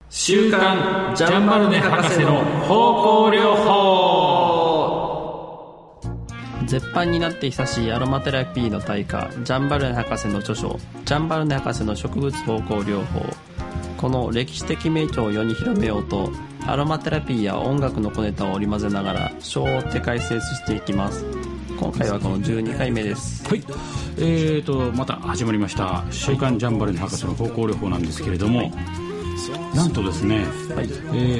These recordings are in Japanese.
週刊ジャンバルネ博士の芳香療法。 絶版になって久しいアロマテラピーの大家ジャンバルネ博士の著書ジャンバルネ博士の植物芳香療法。この歴史的名著を世に広めようとアロマテラピーや音楽の小ネタを織り交ぜながら書を追って解説していきます。今回はこの12回目です。 はい、また始まりました週刊ジャンバルネ博士の芳香療法なんですけれども、はい、なんとですね、はい、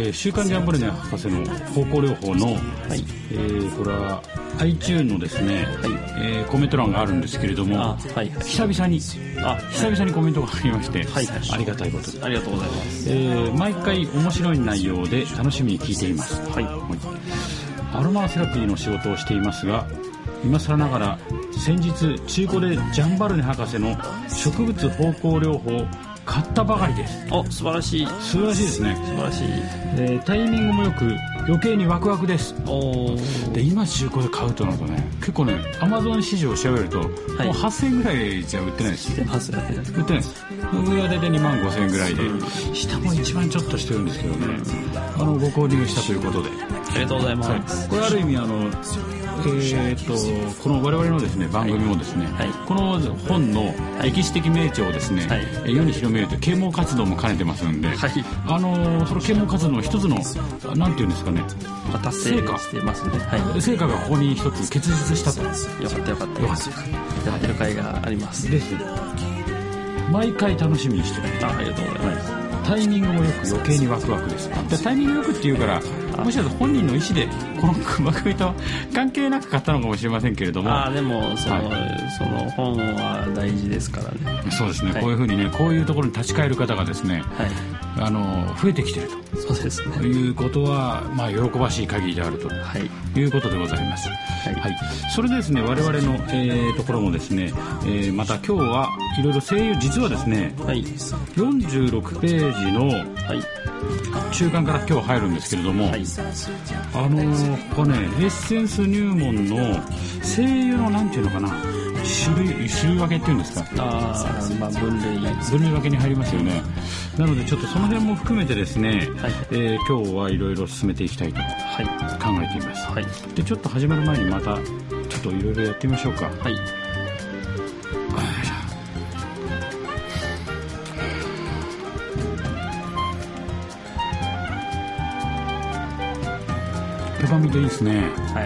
週刊ジャンバルネ博士の芳香療法の、はい、これは iTunes のですね、はいコメント欄があるんですけれども、はいはい、久々にコメントがありまして、はいはい、ありがたいことでありがとうございます。 毎回面白い内容で楽しみに聞いています、はいはい、アロマセラピーの仕事をしていますが、今更ながら先日中古でジャンバルネ博士の植物芳香療法を買ったばかりです。 素晴らしいですね。 素晴らしい、 タイミングもよく余計にワクワクです。で今中古で買うとなるとね、結構ね Amazon 市場を調べると、はい、もう8000円ぐらいじゃ売ってないです。売ってないです。上は大体2万5000円ぐらいで、下も1万ちょっとしてるんですけどね、ご購入したということでありがとうございます、 はい、これある意味この我々のですね番組もですね、はい、この本の歴史的名著をですね、はい、世に広めるという啓蒙活動も兼ねてますんで、はい、その啓蒙活動の一つのなんていうんですかね、 達成してますね、はい、 成果がここに一つ結実したと。 よかったやってる会がありますです。毎回楽しみにしてる。 ありがとうございます。 タイミングもよく余計にワクワクです。でタイミングよくっていうからもしかしたら本人の意思でこの番組と関係なく買ったのかもしれませんけれども、 でもその本は大事ですからね。 そうですね、はい、こういうふうにね、こういうところに立ち返る方がですね、はい、増えてきていると。 そうですね。 いうことは、喜ばしい限りであると、はい、いうことでございます。はい。はい、それでですね、我々の、ところもですね、また今日はいろいろ声優、実はですね、はい、46ページの、はい、中間から今日入るんですけれども、はい、ここねエッセンス入門の精油のなんていうのかな、種類分けっていうんですか、分類分けに入りますよね。なのでちょっとその辺も含めてですね、はい、今日はいろいろ進めていきたいと考えています、はい、でちょっと始まる前にまたちょっといろいろやってみましょうか。はい。ペパーミントいいですね。はい。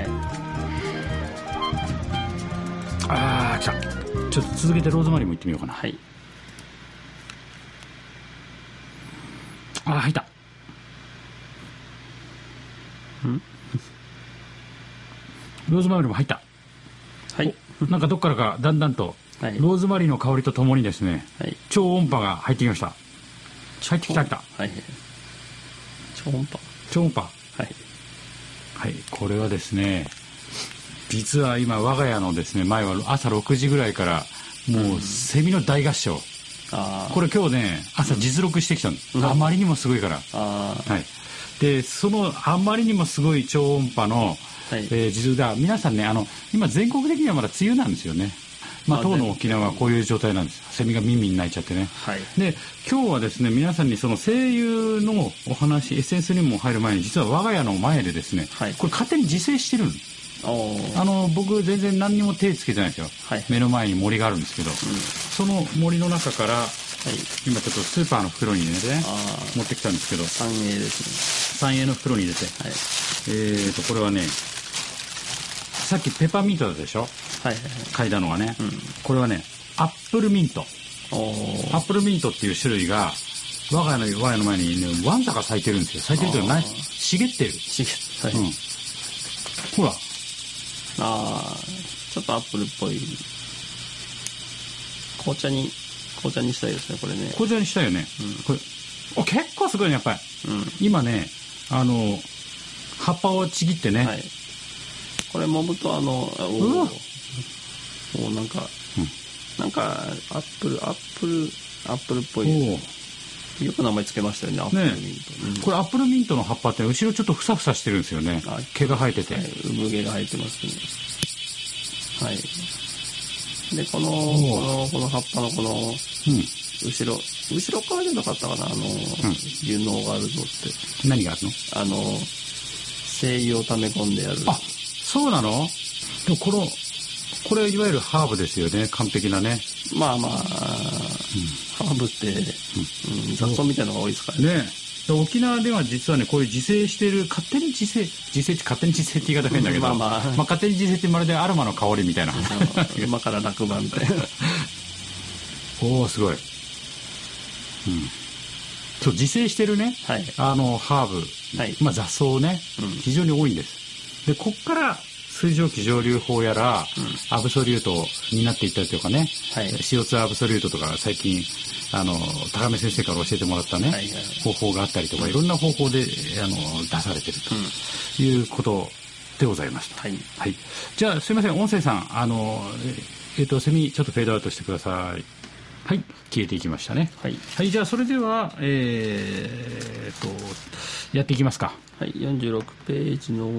来た。ちょっと続けてローズマリーもいってみようかな。はい。入った。ローズマリーも入った。はい。なんかどっからかだんだんと、はい、ローズマリーの香りとともにですね、はい、超音波が入ってきました。入ってきた。はい。 超音波。はい。 はい、これはですね、実は今我が家のですね、前は朝6時ぐらいからもうセミの大合唱、これ今日ね朝実録してきたの、あまりにもすごいから、はい、でそのあまりにもすごい超音波の、はい、実が皆さんね、今全国的にはまだ梅雨なんですよね。当の沖縄はこういう状態なんです。セミがミンミン鳴いちゃってね、はい、で今日はですね、皆さんにその精油のお話、エッセンスにも入る前に、実は我が家の前でですね、はい、これ勝手に自生してるの。僕全然何にも手つけてないんですよ、はい、目の前に森があるんですけど、その森の中から、はい、今ちょっとスーパーの袋に入れてね、持ってきたんですけど、 三栄ですね。 三栄の袋に入れて、はい、これはね、さっきペパーミントだったでしょ、はいはいはい、嗅いだのはね、これはねアップルミント。アップルミントっていう種類が我が家の前にね、ワンサが咲いてるんですよ。咲いてるというか茂ってる。はい、ほら、 ちょっとアップルっぽい。紅茶にしたいですね、これね。 紅茶にしたいよね、これ結構すごいね、やっぱり、今ね葉っぱをちぎってね、はい、 これ揉むとなんかアップルっぽい。よく名前つけましたよね、アップルミント、 これアップルミントの葉っぱって後ろちょっとふさふさしてるんですよね。毛が生えてて、 産毛が生えてますね。はい。でこの葉っぱのこの、 後ろ側じゃなかったかな、ユノーワールドって。 何があるの？ 精油を溜め込んでやる。 あ、そうなの？でもこれいわゆるハーブですよね、完璧なね。 まあ、ハーブって、雑草みたいなのが多いですからね。 沖縄では実はね、こういう自生してる、勝手に自生って言い方変だけど、勝手に自生ってまるでアロマの香りみたいな。 馬から落馬みたいな。 おー、すごい。そう、自生してるね、ハーブ、雑草ね、非常に多いんです。で、こっから水蒸気蒸留法やら、アブソリュートになっていったりとかね、CO2 アブソリュートとか最近高め先生から教えてもらったね、方法があったりとか、いろんな方法で出されてるということでございました。じゃあすいません、音声さんセミちょっとフェードアウトしてください。はい、消えていきましたね。じゃあそれではやっていきますか。 46ページの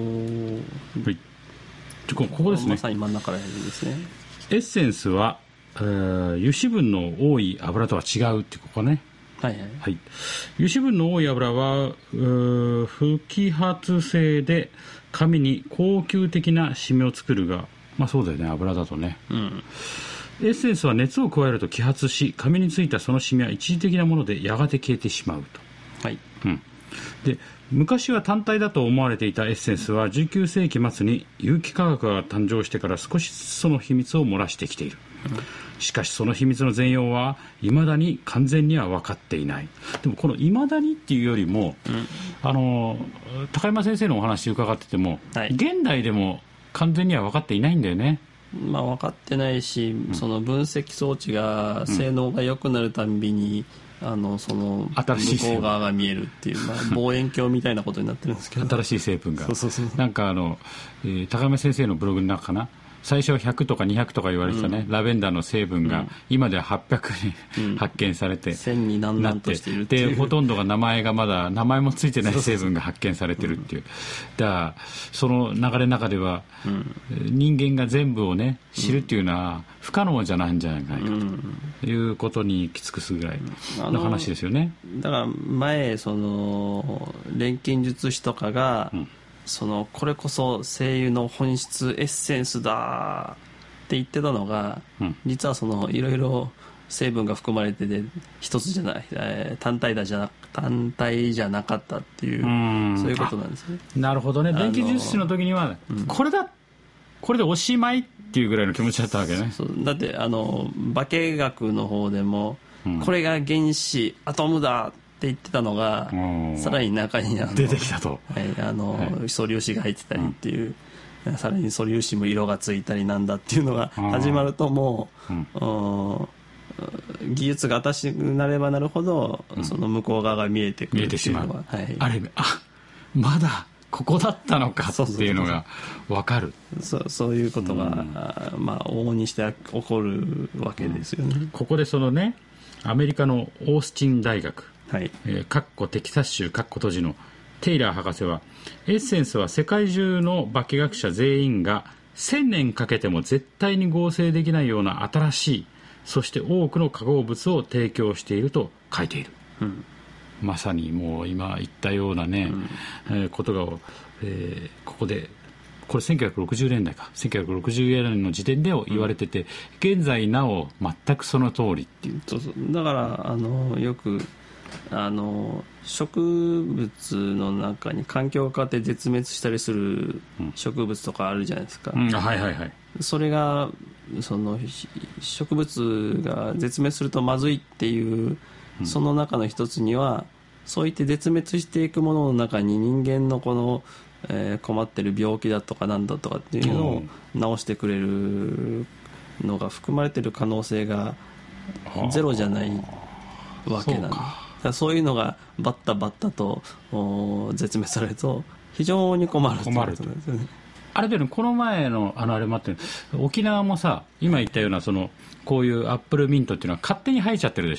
ここですね。 まさに真ん中ら辺ですね。 エッセンスは油脂分の多い油とは違うってここね。油脂分の多い油は不揮発性で髪に高級的なシミを作るが、そうだよね、油だとね。エッセンスは熱を加えると揮発し、髪についたそのシミは一時的なものでやがて消えてしまうと。で、昔は単体だと思われていたエッセンスは19世紀末に有機化学が誕生してから少しずつその秘密を漏らしてきている。しかしその秘密の全容は未だに完全には分かっていない。でもこの未だにっていうよりも、高山先生のお話伺ってても、現代でも完全には分かっていないんだよね。 分かってないし、その分析装置が性能が良くなるたんびに、その向こう側が見えるっていう、望遠鏡みたいなことになってるんですけど、 新しい成分がなんか高山先生のブログの中かな、最初は100とか200とか言われてたね、ラベンダーの成分が今では800に発見されて、 1000に何々としているっていう、 でほとんどが名前もついてない成分が発見されてるっていう。だからその流れの中では、人間が全部をね知るっていうのは不可能じゃないんじゃないかということに行き着くすぐらいの話ですよね。 だから前錬金術師とかが、これこそ精油の本質エッセンスだって言ってたのが、実はいろいろ成分が含まれてて一つじゃない、単体じゃなかったっていう、そういうことなんですね。 なるほどね。錬金術師の時には、これでおしまいっていうぐらいの気持ちだったわけね。 だって化学の方でも、これが原子アトムだって言ってたのが、さらに中に出てきたと、 素粒子が入ってたりっていう、さらに素粒子も色がついたりなんだっていうのが始まると、もう、技術が新しくなればなるほど、その向こう側が見えてくるっていうのは、 まだここだったのかっていうのが分かる。 そういうことが、往々にして起こるわけですよね。 ここでそのね、アメリカのオースティン大学、テキサス州閉じのテイラー博士は、エッセンスは世界中の化学者全員が1000年かけても絶対に合成できないような新しい、そして多くの化合物を提供していると書いている。まさにもう今言ったようなね、ことが、ここでこれ1960年代か1960年の時点で言われてて、現在なお全くその通りっていう。 だからよく植物の中に環境が変わって絶滅したりする植物とかあるじゃないですか。それがその植物が絶滅するとまずいっていう、その中の一つには、そういって絶滅していくものの中に人間のこの困ってる病気だとかなんだとかっていうのを治してくれるのが含まれている可能性がゼロじゃないわけなんで、そういうのがバッタと絶滅されると非常に困るってことなんですよね。 あれだよね、この前のあれもあって、沖縄もさ、今言ったようなこういうアップルミントっていうのは勝手に生えちゃってるでしょ。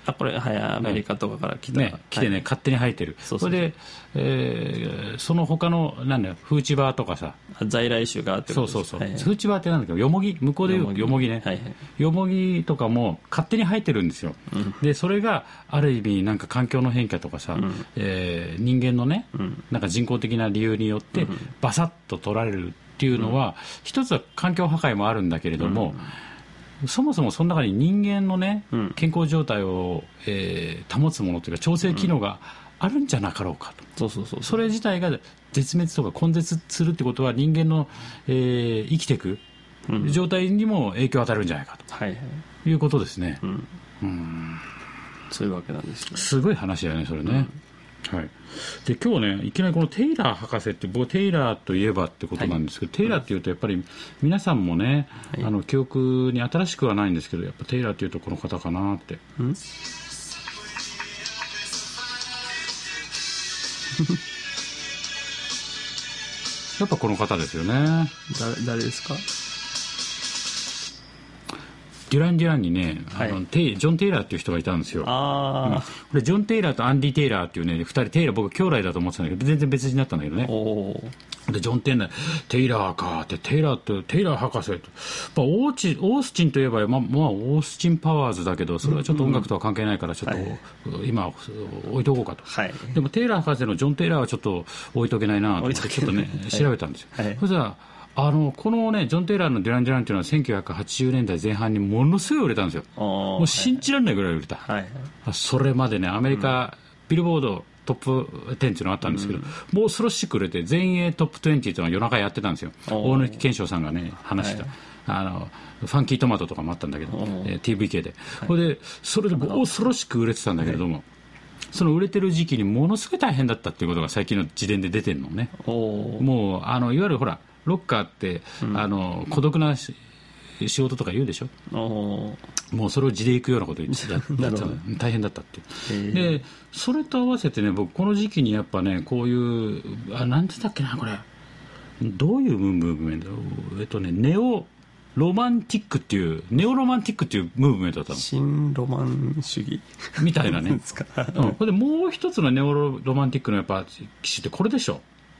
これ、はい、アメリカとかから来た、 ね、来てね、はい、勝手に生えてる。それで、その他のなんだよ、フーチバーとかさ、 在来種があってことです。 そうそうそう、はい、フーチバーってなんだけど、ヨモギ、向こうでいうヨモギね、はいはい、ヨモギとかも勝手に生えてるんですよ、うん、でそれがある意味なんか環境の変化とかさ、うん、人間のね、うん、なんか人工的な理由によってバサッと取られるっていうのは、うん、一つは環境破壊もあるんだけれども、そもそもその中に人間のね、健康状態を、保つものというか調整機能があるんじゃなかろうかと、それ自体が絶滅とか根絶するってことは人間の、生きていく状態にも影響を与えるんじゃないかと、いうことですね、 そういうわけなんですね。 すごい話だよねそれね、はい、で今日ねいきなりこのテイラー博士って僕テイラーといえばってことなんですけど、はい、テイラーっていうとやっぱり皆さんもね、はい、記憶に新しくはないんですけどやっぱテイラーっていうとこの方かなってやっぱこの方ですよね。 誰ですか？ デュラン・デュランにね、はい、ジョン・テイラーっていう人がいたんですよ。これジョン・テイラーとアンディ・テイラーっていうね2人、テイラー僕兄弟だと思ってたんだけど全然別人だったんだけどね。でジョン・テイラーかってテイラー博士と、オースチンといえば、オースチンパワーズだけどそれはちょっと音楽とは関係ないからちょっと、今置いとこうかと、はい、でもテイラー博士のジョン・テイラーはちょっと置いとけないなと思ってちょっとね調べたんですよ、はい、そしたらこのねジョン・テイラーのデュラン・デュランっていうのは1980年代前半にものすごい売れたんですよ。もう信じられないぐらい売れた、はいはい、それまでねアメリカ、ビルボードトップ10っていうのがあったんですけど、もう恐ろしく売れて全英トップ20っていうのが夜中やってたんですよ。大貫健章さんがね話した、はい、ファンキートマトとかもあったんだけど、TVK で、はい、それで恐ろしく売れてたんだけれども、はい、その売れてる時期にものすごい大変だったっていうことが最近の自伝で出てるのね。もういわゆるほらロッカーって、孤独な仕事とか言うでしょ。もうそれを地で行くようなことを言ってた大変だったっていう。でそれと合わせてね僕この時期にやっぱねこういう何て言ったっけなこれどういうムーブメントネオロマンティックっていうムーブメントだったの。 新ロマン主義みたいなねでもう一つのネオロマンティックのやっぱ機種ってこれでしょ。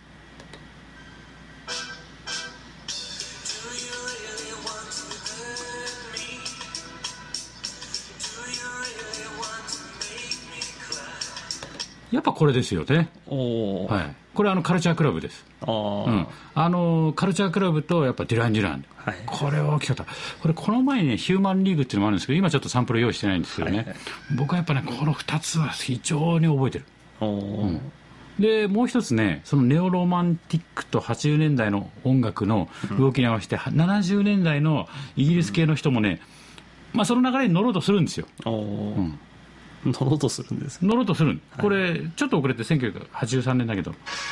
やっぱこれですよね。はい、これカルチャークラブです。カルチャークラブとやっぱデュラン・デュラン、はい、これは大きかった。この前にねヒューマンリーグっていうのもあるんですけど今ちょっとサンプル用意してないんですけどね、はいはい、僕はやっぱねこの2つは非常に覚えてる。でもう一つねそのネオロマンティックと80年代の音楽の動きに合わせて、70年代のイギリス系の人もね、その流れに乗ろうとするんですよ。 乗ろうとするんです。 乗ろうとする、はい、これちょっと遅れて1983年だけど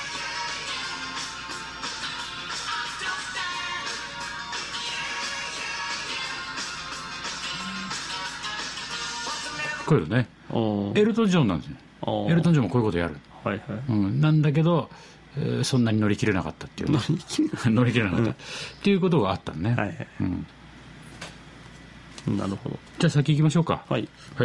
こういうのねエルトン・ジョンなんですよ。エルトン・ジョンもこういうことやる、はいはいなんだけど、そんなに乗り切れなかったっていう、ね、乗り切れなかったっていうことがあったね、はいはいなるほど。 じゃあ先行きましょうか。はい、はい、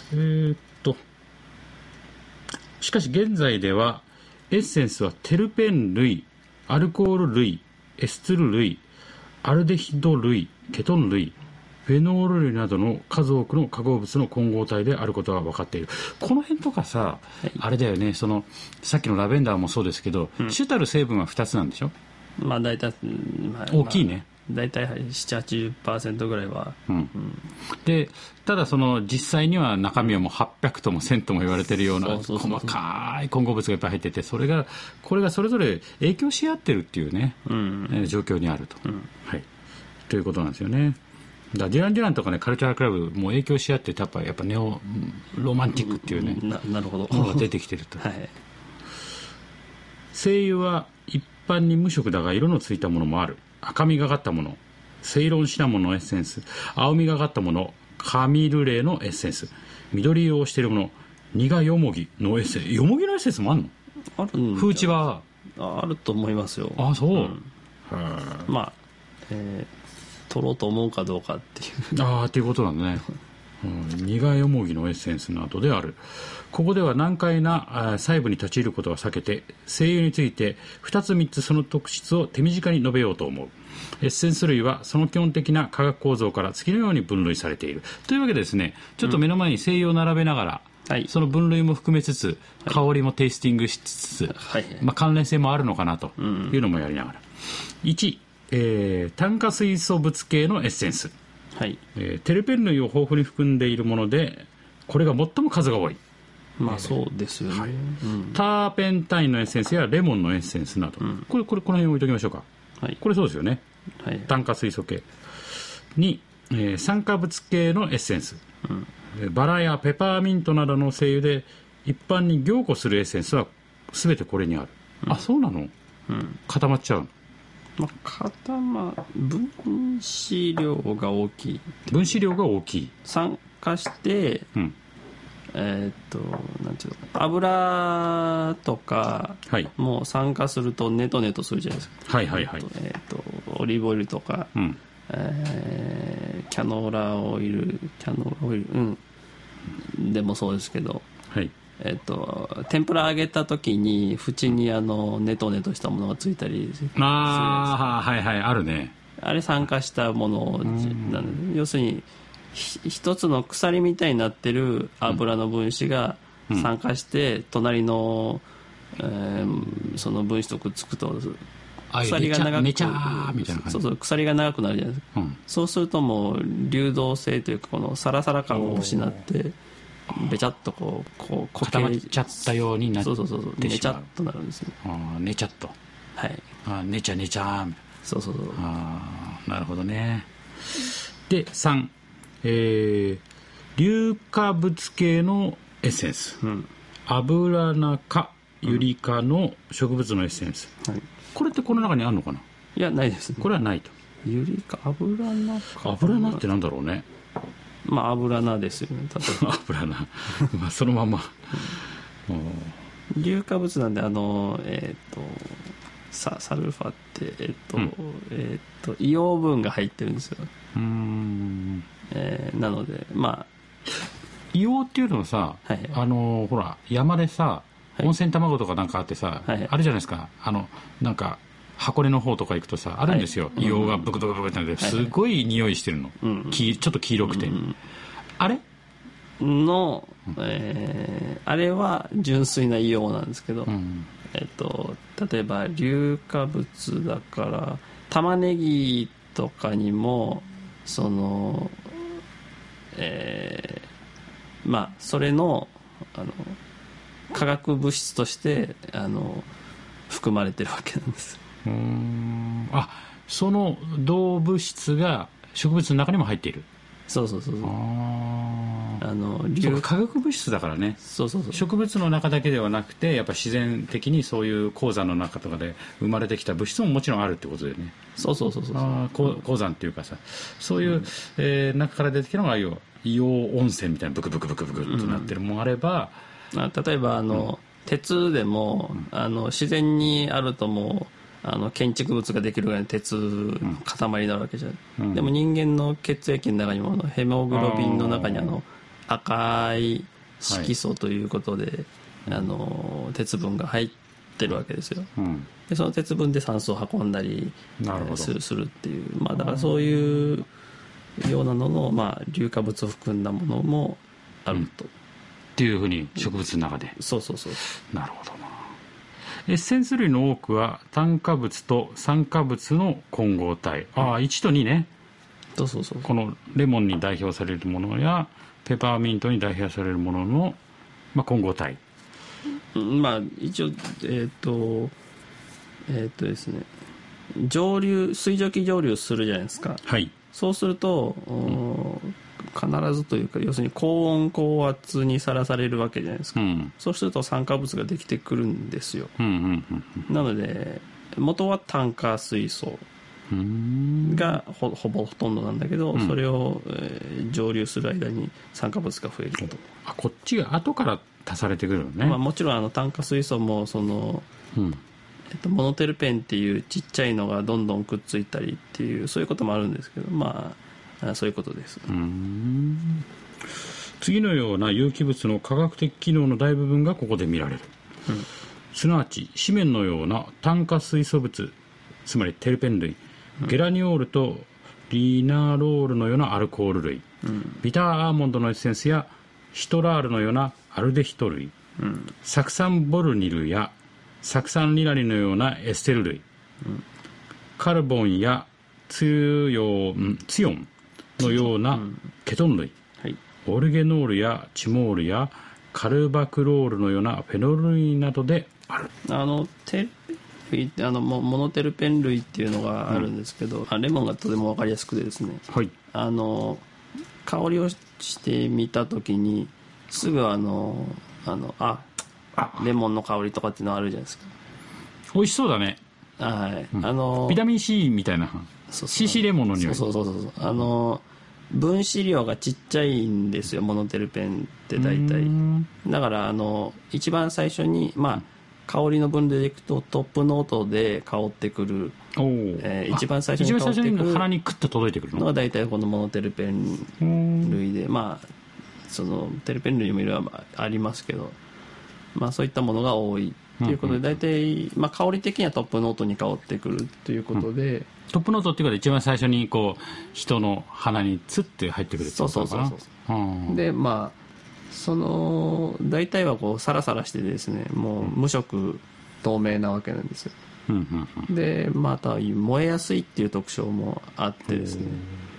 しかし現在ではエッセンスはテルペン類、アルコール類、エステル類、アルデヒド類、ケトン類、フェノール類などの数多くの化合物の混合体であることが分かっている。この辺とかさ、はい、あれだよねさっきのラベンダーもそうですけど、主たる成分は2つなんでしょ。大体、大きいね。 大体 7,80% ぐらいは、 でただ実際には中身はもう800とも1000とも言われているような細かい混合物がいっぱい入っててこれがそれぞれ影響し合ってるっていうね、状況にあると、はい、ということなんですよね。だからデュラン・デュランとかねカルチャークラブも影響し合ってやっぱネオロマンティックっていうね、 なるほどものが出てきてると、はい、精油は一般に無色だが色のついたものもある。赤みがかったものセイロンシナモンのエッセンス、青みがかったものカミルレのエッセンス、緑色をしているもの苦ヨモギのエッセンス。ヨモギのエッセンスもあるの？ あるん風知はあると思いますよ。 あ、そう、 取ろうと思うかどうかっていうっていうことなんだね。 苦いよもぎのエッセンスなどである。ここでは難解な細部に立ち入ることは避けて、精油について2つ3つその特質を手短に述べようと思う。エッセンス類はその基本的な化学構造から次のように分類されている。というわけでですね、ちょっと目の前に精油を並べながら、その分類も含めつつ、香りもテイスティングしつつ、関連性もあるのかなというのもやりながら。1、炭化水素物系のエッセンス。テルペン類を豊富に含んでいるもので、これが最も数が多い。 そうですよね、 ターペンタインのエッセンスやレモンのエッセンスなど、この辺置いときましょうか。これそうですよね、炭化水素系に、酸化物系のエッセンス、バラやペパーミントなどの精油で一般に凝固するエッセンスは全てこれにある。そうなの、固まっちゃう。 分子量が大きい。 分子量が大きい。 酸化して、なんていうの、油とかもう酸化するとネトネトするじゃないですか。オリーブオイルとか、キャノーラオイルでもそうですけど、天ぷら揚げた時に縁にネトネトしたものがついたりする。 あるね。 あれ酸化したものなんで、要するに一つの鎖みたいになってる油の分子が酸化して隣の、その分子とくっつくと鎖が長く鎖が長くなるじゃないですか、そうするともう流動性というかこのサラサラ感を失ってべちゃっとこう固まっちゃったようになってしまう。 ねちゃっとなるんですよ。 ねちゃっと、ねちゃねちゃなるほどね。で3、硫化物系のエッセンス、アブラナ科ユリ科の植物のエッセンス、これってこの中にあるのかな。 いや、ないですね。 これはないと。 ユリ科、アブラナ科。 アブラナってなんだろうね。 アブラナですよね、例えば。 アブラナそのまま硫化物なんでサルファって硫黄分が入ってるんですよ。なので硫黄っていうのはさ、ほら山でさ、温泉卵とかなんかあってさ、あるじゃないですか。なんか箱根の方とか行くとさあるんですよ、硫黄がブクブクブクってなってすごい匂いしてるの、ちょっと黄色くて、あれの、あれは純粋な硫黄なんですけど、例えば硫化物だから玉ねぎとかにもそのそれの化学物質として含まれてるわけなんです。 その銅物質が植物の中にも入っている。 そう化学物質だからね。植物の中だけではなくてやっぱ自然的にそういう鉱山の中とかで生まれてきた物質ももちろんあるってことだよね。鉱山っていうかさ、そういう、中から出てきたのが硫黄温泉みたいなブクブクブクブクとなってるものあれば、 例えば鉄でも自然にあるともう建築物ができるぐらいの鉄の塊になるわけじゃん、でも人間の血液の中にもヘモグロビンの中に赤い色素ということで、鉄分が入ってるわけですよ、でその鉄分で酸素を運んだりするっていう、だからそういうようなのの、硫化物を含んだものもあると、 っていうふうに植物の中で、なるほどな。エッセンス類の多くは炭化物と酸化物の混合体、1と2ね。このレモンに代表されるものやペパーミントに代表されるものの、混合体、 一応ですね、水蒸気蒸留するじゃないですか。そうすると、必ずというか要するに高温高圧にさらされるわけじゃないですか、そうすると酸化物ができてくるんですよ、なので元は炭化水素がほとんどなんだけど、それを、蒸留する間に酸化物が増えると。 こっちが後から足されてくるのね。 もちろん炭化水素もその、モノテルペンっていうちっちゃいのがどんどんくっついたりっていうそういうこともあるんですけど、そういうことです。 次のような有機物の化学的機能の大部分がここで見られる、すなわち紙面のような炭化水素物、つまりテルペン類、ゲラニオールとリナロールのようなアルコール類、ビターアーモンドのエッセンスやシトラールのようなアルデヒド類、酢酸ボルニルや酢酸リナリのようなエステル類、カルボンやツヨンのようなケトン類、オルゲノールやチモールやカルバクロールのようなフェノール類などである。 テルペン類ってモノテルペン類っていうのがあるんですけど、レモンがとても分かりやすくてですね、 はい、 香りをしてみた時にすぐレモンの香りとかっていうのあるじゃないですか。 美味しそうだね。 はい、 ビタミン C みたいな、CC レモンの匂い。 そう分子量がちっちゃいんですよ、モノテルペンって大体。だから一番最初に香りの分類でいくとトップノートで香ってくる、一番最初に香ってくる鼻にクッと届いてくるのが大体このモノテルペン類で、そのテルペン類もいろいろありますけど、そういったものが多いということで、大体、香り的にはトップノートに香ってくるということで、 トップノートっていうことで一番最初にこう人の鼻にツッて入ってくるってことかな。 そうで大体はこうサラサラしてですね、もう無色透明なわけなんですよ。でまた燃えやすいっていう特徴もあってですね、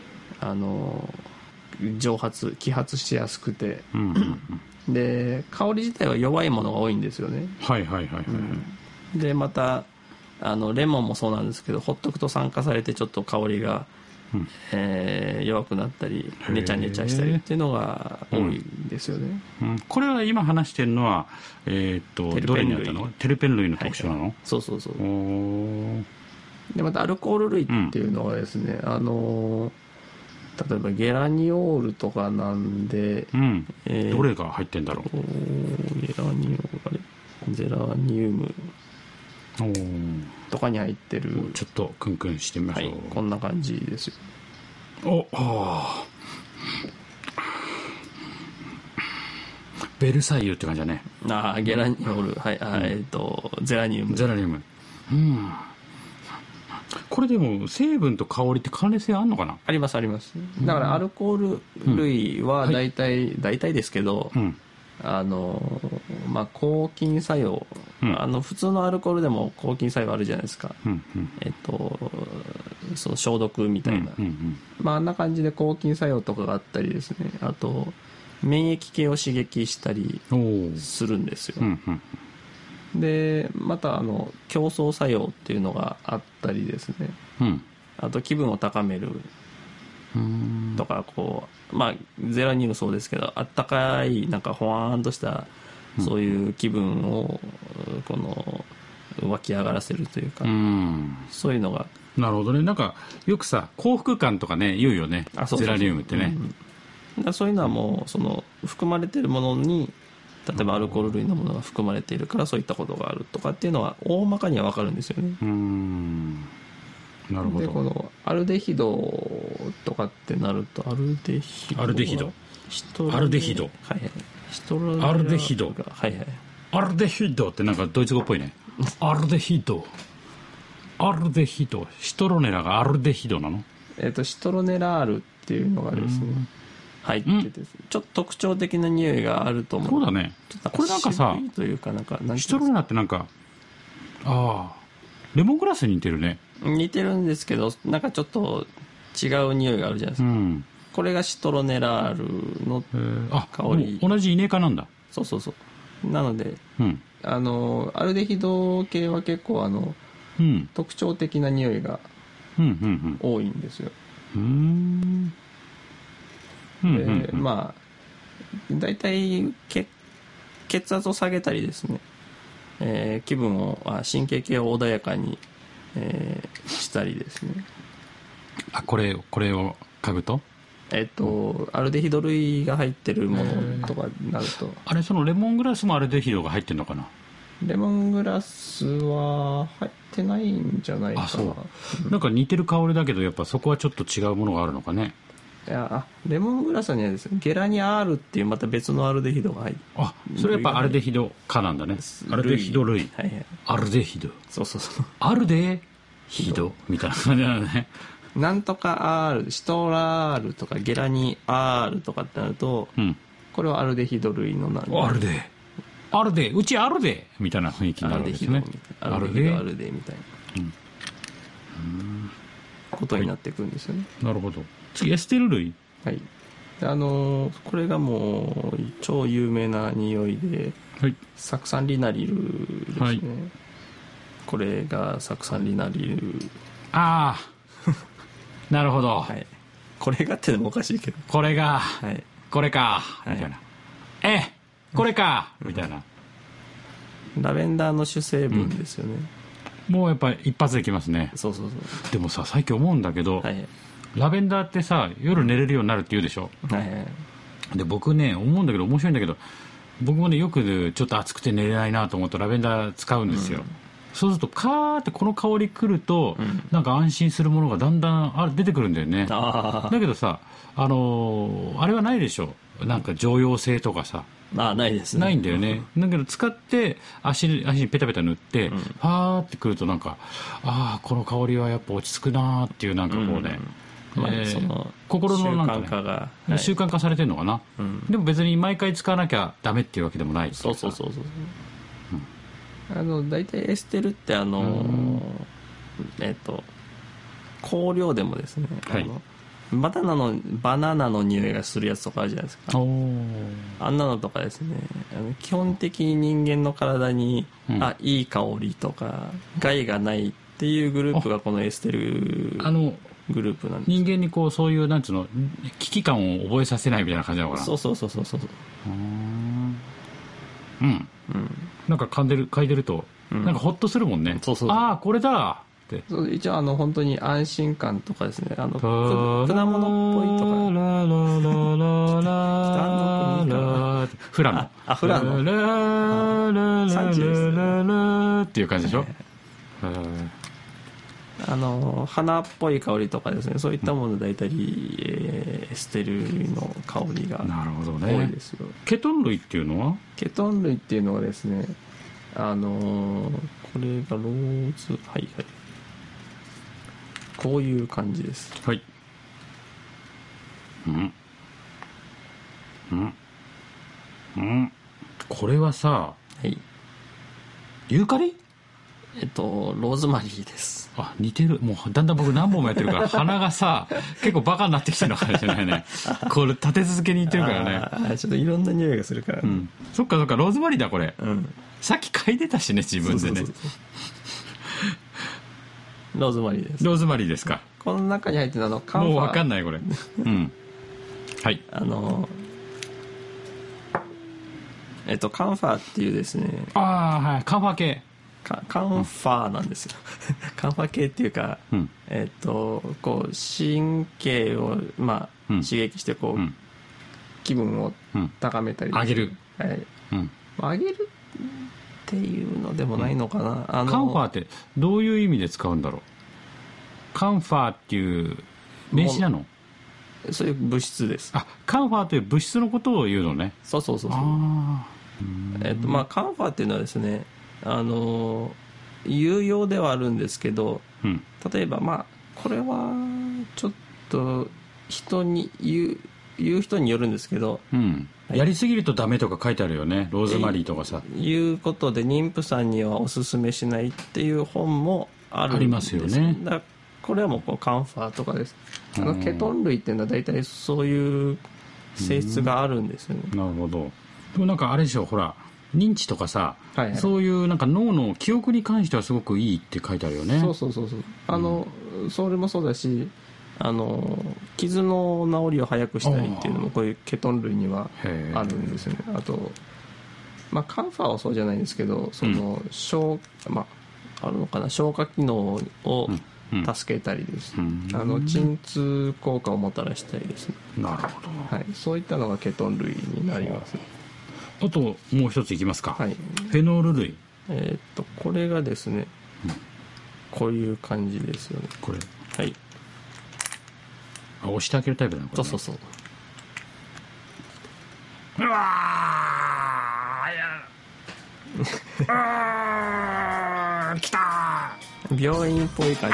揮発しやすくて、で香り自体は弱いものが多いんですよね。でまたレモンもそうなんですけど、ほっとくと酸化されてちょっと香りが、弱くなったりネチャネチャしたりっていうのが多いんですよね。 これは今話してるのは、どれにあったの？テルペン類の特徴なの？ そうでまたアルコール類っていうのはですね、例えばゲラニオールとかなんで、 どれが入ってんだろう。 ゲラニオール、ゼラニウムとかに入ってる。 ちょっとクンクンしてみましょう。 こんな感じですよ。 ベルサイユって感じだね。 ゲラニオール、ゼラニウム。 これでも成分と香りって関連性あるのかな？ あります。だからアルコール類は大体ですけど、抗菌作用、普通のアルコールでも抗菌作用あるじゃないですか。そう消毒みたいな、あんな感じで抗菌作用とかがあったりですね、あと免疫系を刺激したりするんですよ。でまた競争作用っていうのがあったりですね、あと気分を高めるとか、ゼラニウムそうですけど、あったかいなんかほわーんとしたそういう気分を湧き上がらせるというか、そういうのが。 なるほどね。なんかよくさ幸福感とかね言うよね、ゼラニウムってね。 そういうのはもう含まれているものに、例えばアルコール類のものが含まれているからそういったことがあるとかっていうのは大まかには分かるんですよね。 なるほど。 でこのアルデヒドとかってなると、アルデヒドってなんかドイツ語っぽいね。アルデヒドシトロネラがアルデヒドなの？ シトロネラールっていうのがですね入ってて、ちょっと特徴的な匂いがあると思う。 そうだね。これなんかさ、 というかシトロネラってなんかレモングラスに似てるね。 似てるんですけど、なんかちょっと違う匂いがあるじゃないですか。これがシトロネラールの香り。 同じイネ科なんだ。 そうなので、アルデヒド系は結構特徴的な匂いが多いんですよ。で大体血圧を下げたりですね、気分を神経系を穏やかに、したりですね。 これを嗅ぐとアルデヒド類が入ってるものとかになると、 そのレモングラスもアルデヒドが入ってるのかな？ レモングラスは入ってないんじゃないかな。 なんか似てる香りだけどやっぱそこはちょっと違うものがあるのかね。 いやレモングラスにはですねゲラニアールっていうまた別のアルデヒドが入って、 あ、それやっぱアルデヒド科なんだね。アルデヒド類、 はいはい、 アルデヒド、 そうそうそう、 アルデヒドみたいな感じなのね。 なんとか R、シトラールとかゲラニアールとかってなると、うん、これはアルデヒド類のなんで、 アルデうちアルデみたいな雰囲気になるんですね。 アルデみたいな、ことになっていくんですよね、 はい、なるほど。次エステル類、 はい、これがもう超有名な匂いで、はい、酢酸リナリルですね、はい、これが酢酸リナリル、 ああなるほど、 はい、これがってのもおかしいけど、 これが、 はい、 これか、みたいな、これか、みたいな。 ラベンダーの主成分ですよね、 もうやっぱり一発できますね。 そうそうそう。 でもさ、最近思うんだけど、はい、ラベンダーってさ、夜寝れるようになるって言うでしょ、はい、で僕ね思うんだけど、面白いんだけど、僕もねよくちょっと暑くて寝れないなと思うとラベンダー使うんですよ、そうするとカーってこの香りくると、なんか安心するものがだんだん出てくるんだよね。だけどさ、あれはないでしょ、なんか常用性とかさ、 ないですね。 ないんだよね。だけど使って足にペタペタ塗って、ファーってくるとなんか、この香りはやっぱ落ち着くなーっていう、なんかこうね、 その心のなんか、ね、 習慣化が、 習慣化されてるのかな、でも別に毎回使わなきゃダメっていうわけでもない。 そう、大体エステルって香料でもですね、はい、バナナの匂いがするやつとかあるじゃないですか。あんなのとかですね、基本的に人間の体に、いい香りとか害がないっていうグループがこのエステルグループなんです。 人間にこうそういうなんつうの危機感を覚えさせないみたいな感じなのかな。 そうなんか嗅いでると、なんかホッとするもんね。これだって。 一応本当に安心感とかですね、果物っぽいとか、 フラノ産地ですっていう感じでしょ。 花っぽい香りとかですね、そういったもの大体、エステルの香りが多いですよ。 ケトン類っていうのは？ ケトン類っていうのはですね、これがローズ、はいはい、こういう感じです。 はい。これはさ、はい、ユーカリ？ ローズマリーです。 似てる。もうだんだん僕何本もやってるから鼻がさ結構バカになってきてるのかもしれないね。これ立て続けにいってるからね。ちょっといろんな匂いがするから、ね、 そっかローズマリーだこれ、さっき嗅いでたしね、自分でね。 ローズマリーです。 ローズマリーですか。 この中に入ってるカンファー、 もう分かんないこれ。はい。 カンファーっていうですね、 はい、カンファー系、 カンファーなんですよ。カンファー系っていうか、こう神経を刺激してこう、気分を高めたり、 上げる、 はい、上げるっていうのでもないのかな。 カンファーってどういう意味で使うんだろう。カンファーっていう名詞なの？ そういう物質です。 カンファーという物質のことを言うのね。 そう。カンファーっていうのはですね、有用ではあるんですけど、例えばこれはちょっと人に言う人によるんですけど、 やりすぎるとダメとか書いてあるよね。ローズマリーとかさ、 いうことで妊婦さんにはおすすめしないっていう本もあるんです。 ありますよね。 だこれはもうカンファーとかです。ケトン類っていうのは大体そういう性質があるんですよね。 なるほど。でもなんかあれでしょ、ほら認知とかさ、そういうなんか脳の記憶に関してはすごくいいって書いてあるよね。 そうそれもそうだし、傷の治りを早くしたりっていうのもこういうケトン類にはあるんですよね。あとカンファーはそうじゃないんですけど、そのあるのかな、消化機能を助けたりです、鎮痛効果をもたらしたりですね。 なるほど、 はい、そういったのがケトン類になります。 あともう一ついきますか、フェノール類。 これがですね、こういう感じですよね。 これ、 はい、 押して開けるタイプなのかな。 そうそう。 うわー来たー病院っぽい感じ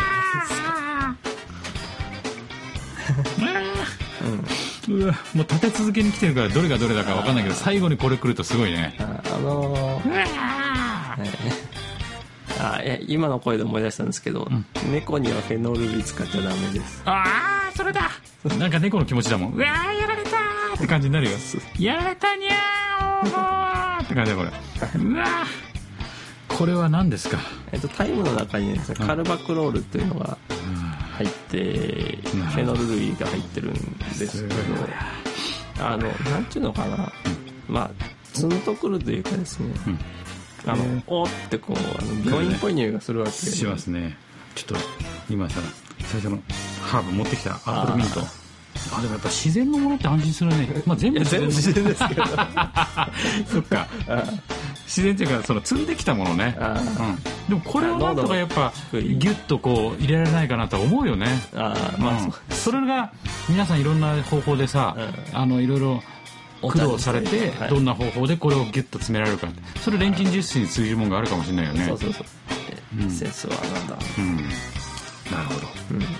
うわもう立て続けに来てるからどれがどれだか分かんないけど最後にこれ来るとすごいね。 今の声で思い出したんですけど、猫にはフェノール類使っちゃダメです。 ああそれだなんか猫の気持ちだもん。うわーやられたーって感じになるよ。やられたにゃーって感じだこれ。うわーこれは何ですか。 タイムの中に、ね、カルバクロールっていうのが入って、フェノール類が入ってるんですけど、なんていうのかな、まあツンとくるというかですね、おってこう病院っぽい匂いがするわけです、 しますね。ちょっと今さ最初のハーブ持ってきたアップルミント。でもやっぱ自然のものって安心するね。まあ全部自然ですけどそっか自然っていうかその積んできたものね。でもこれはなんとかやっぱギュッとこう入れられないかなと思うよね。それが皆さんいろんな方法でさ、いろいろ苦労されてどんな方法でこれをギュッと詰められるか、それ錬金術師に通じるものがあるかもしれないよね。 そうセンスはなんだ。 なるほど。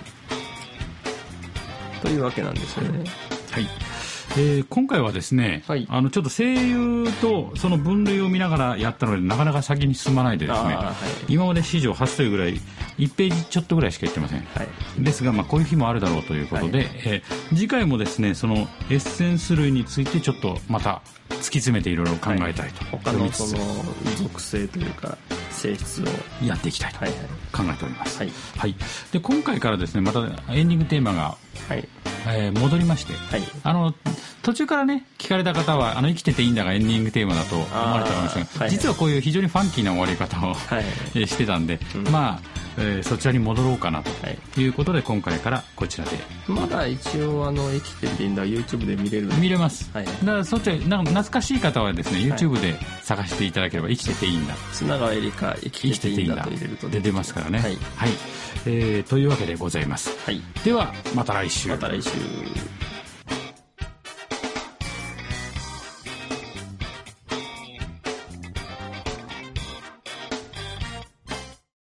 というわけなんですよね。 はい。今回はですね、ちょっと声優とその分類を見ながらやったのでなかなか先に進まないでですね、今まで史上初というぐらい1ページちょっとぐらいしか言ってません。ですが、こういう日もあるだろうということで、次回もですねそのエッセンス類についてちょっとまた突き詰めていろいろ考えたいと、 他のその属性というか性質をやっていきたいと考えております。で今回からですねまたエンディングテーマが、戻りまして、途中からね聞かれた方は生きてていいんだがエンディングテーマだと思われたかもしれない、実はこういう非常にファンキーな終わり方を、してたんで、そちらに戻ろうかなということで今回からこちらで。 まだ一応生きてていいんだ YouTube で見れます。だからそっちはなんか懐かしい方はですね YouTube で探していただければ生きてていいんだ砂川エリカ生きてていいんだと入れると出ますからね。というわけでございます。ではまた来週。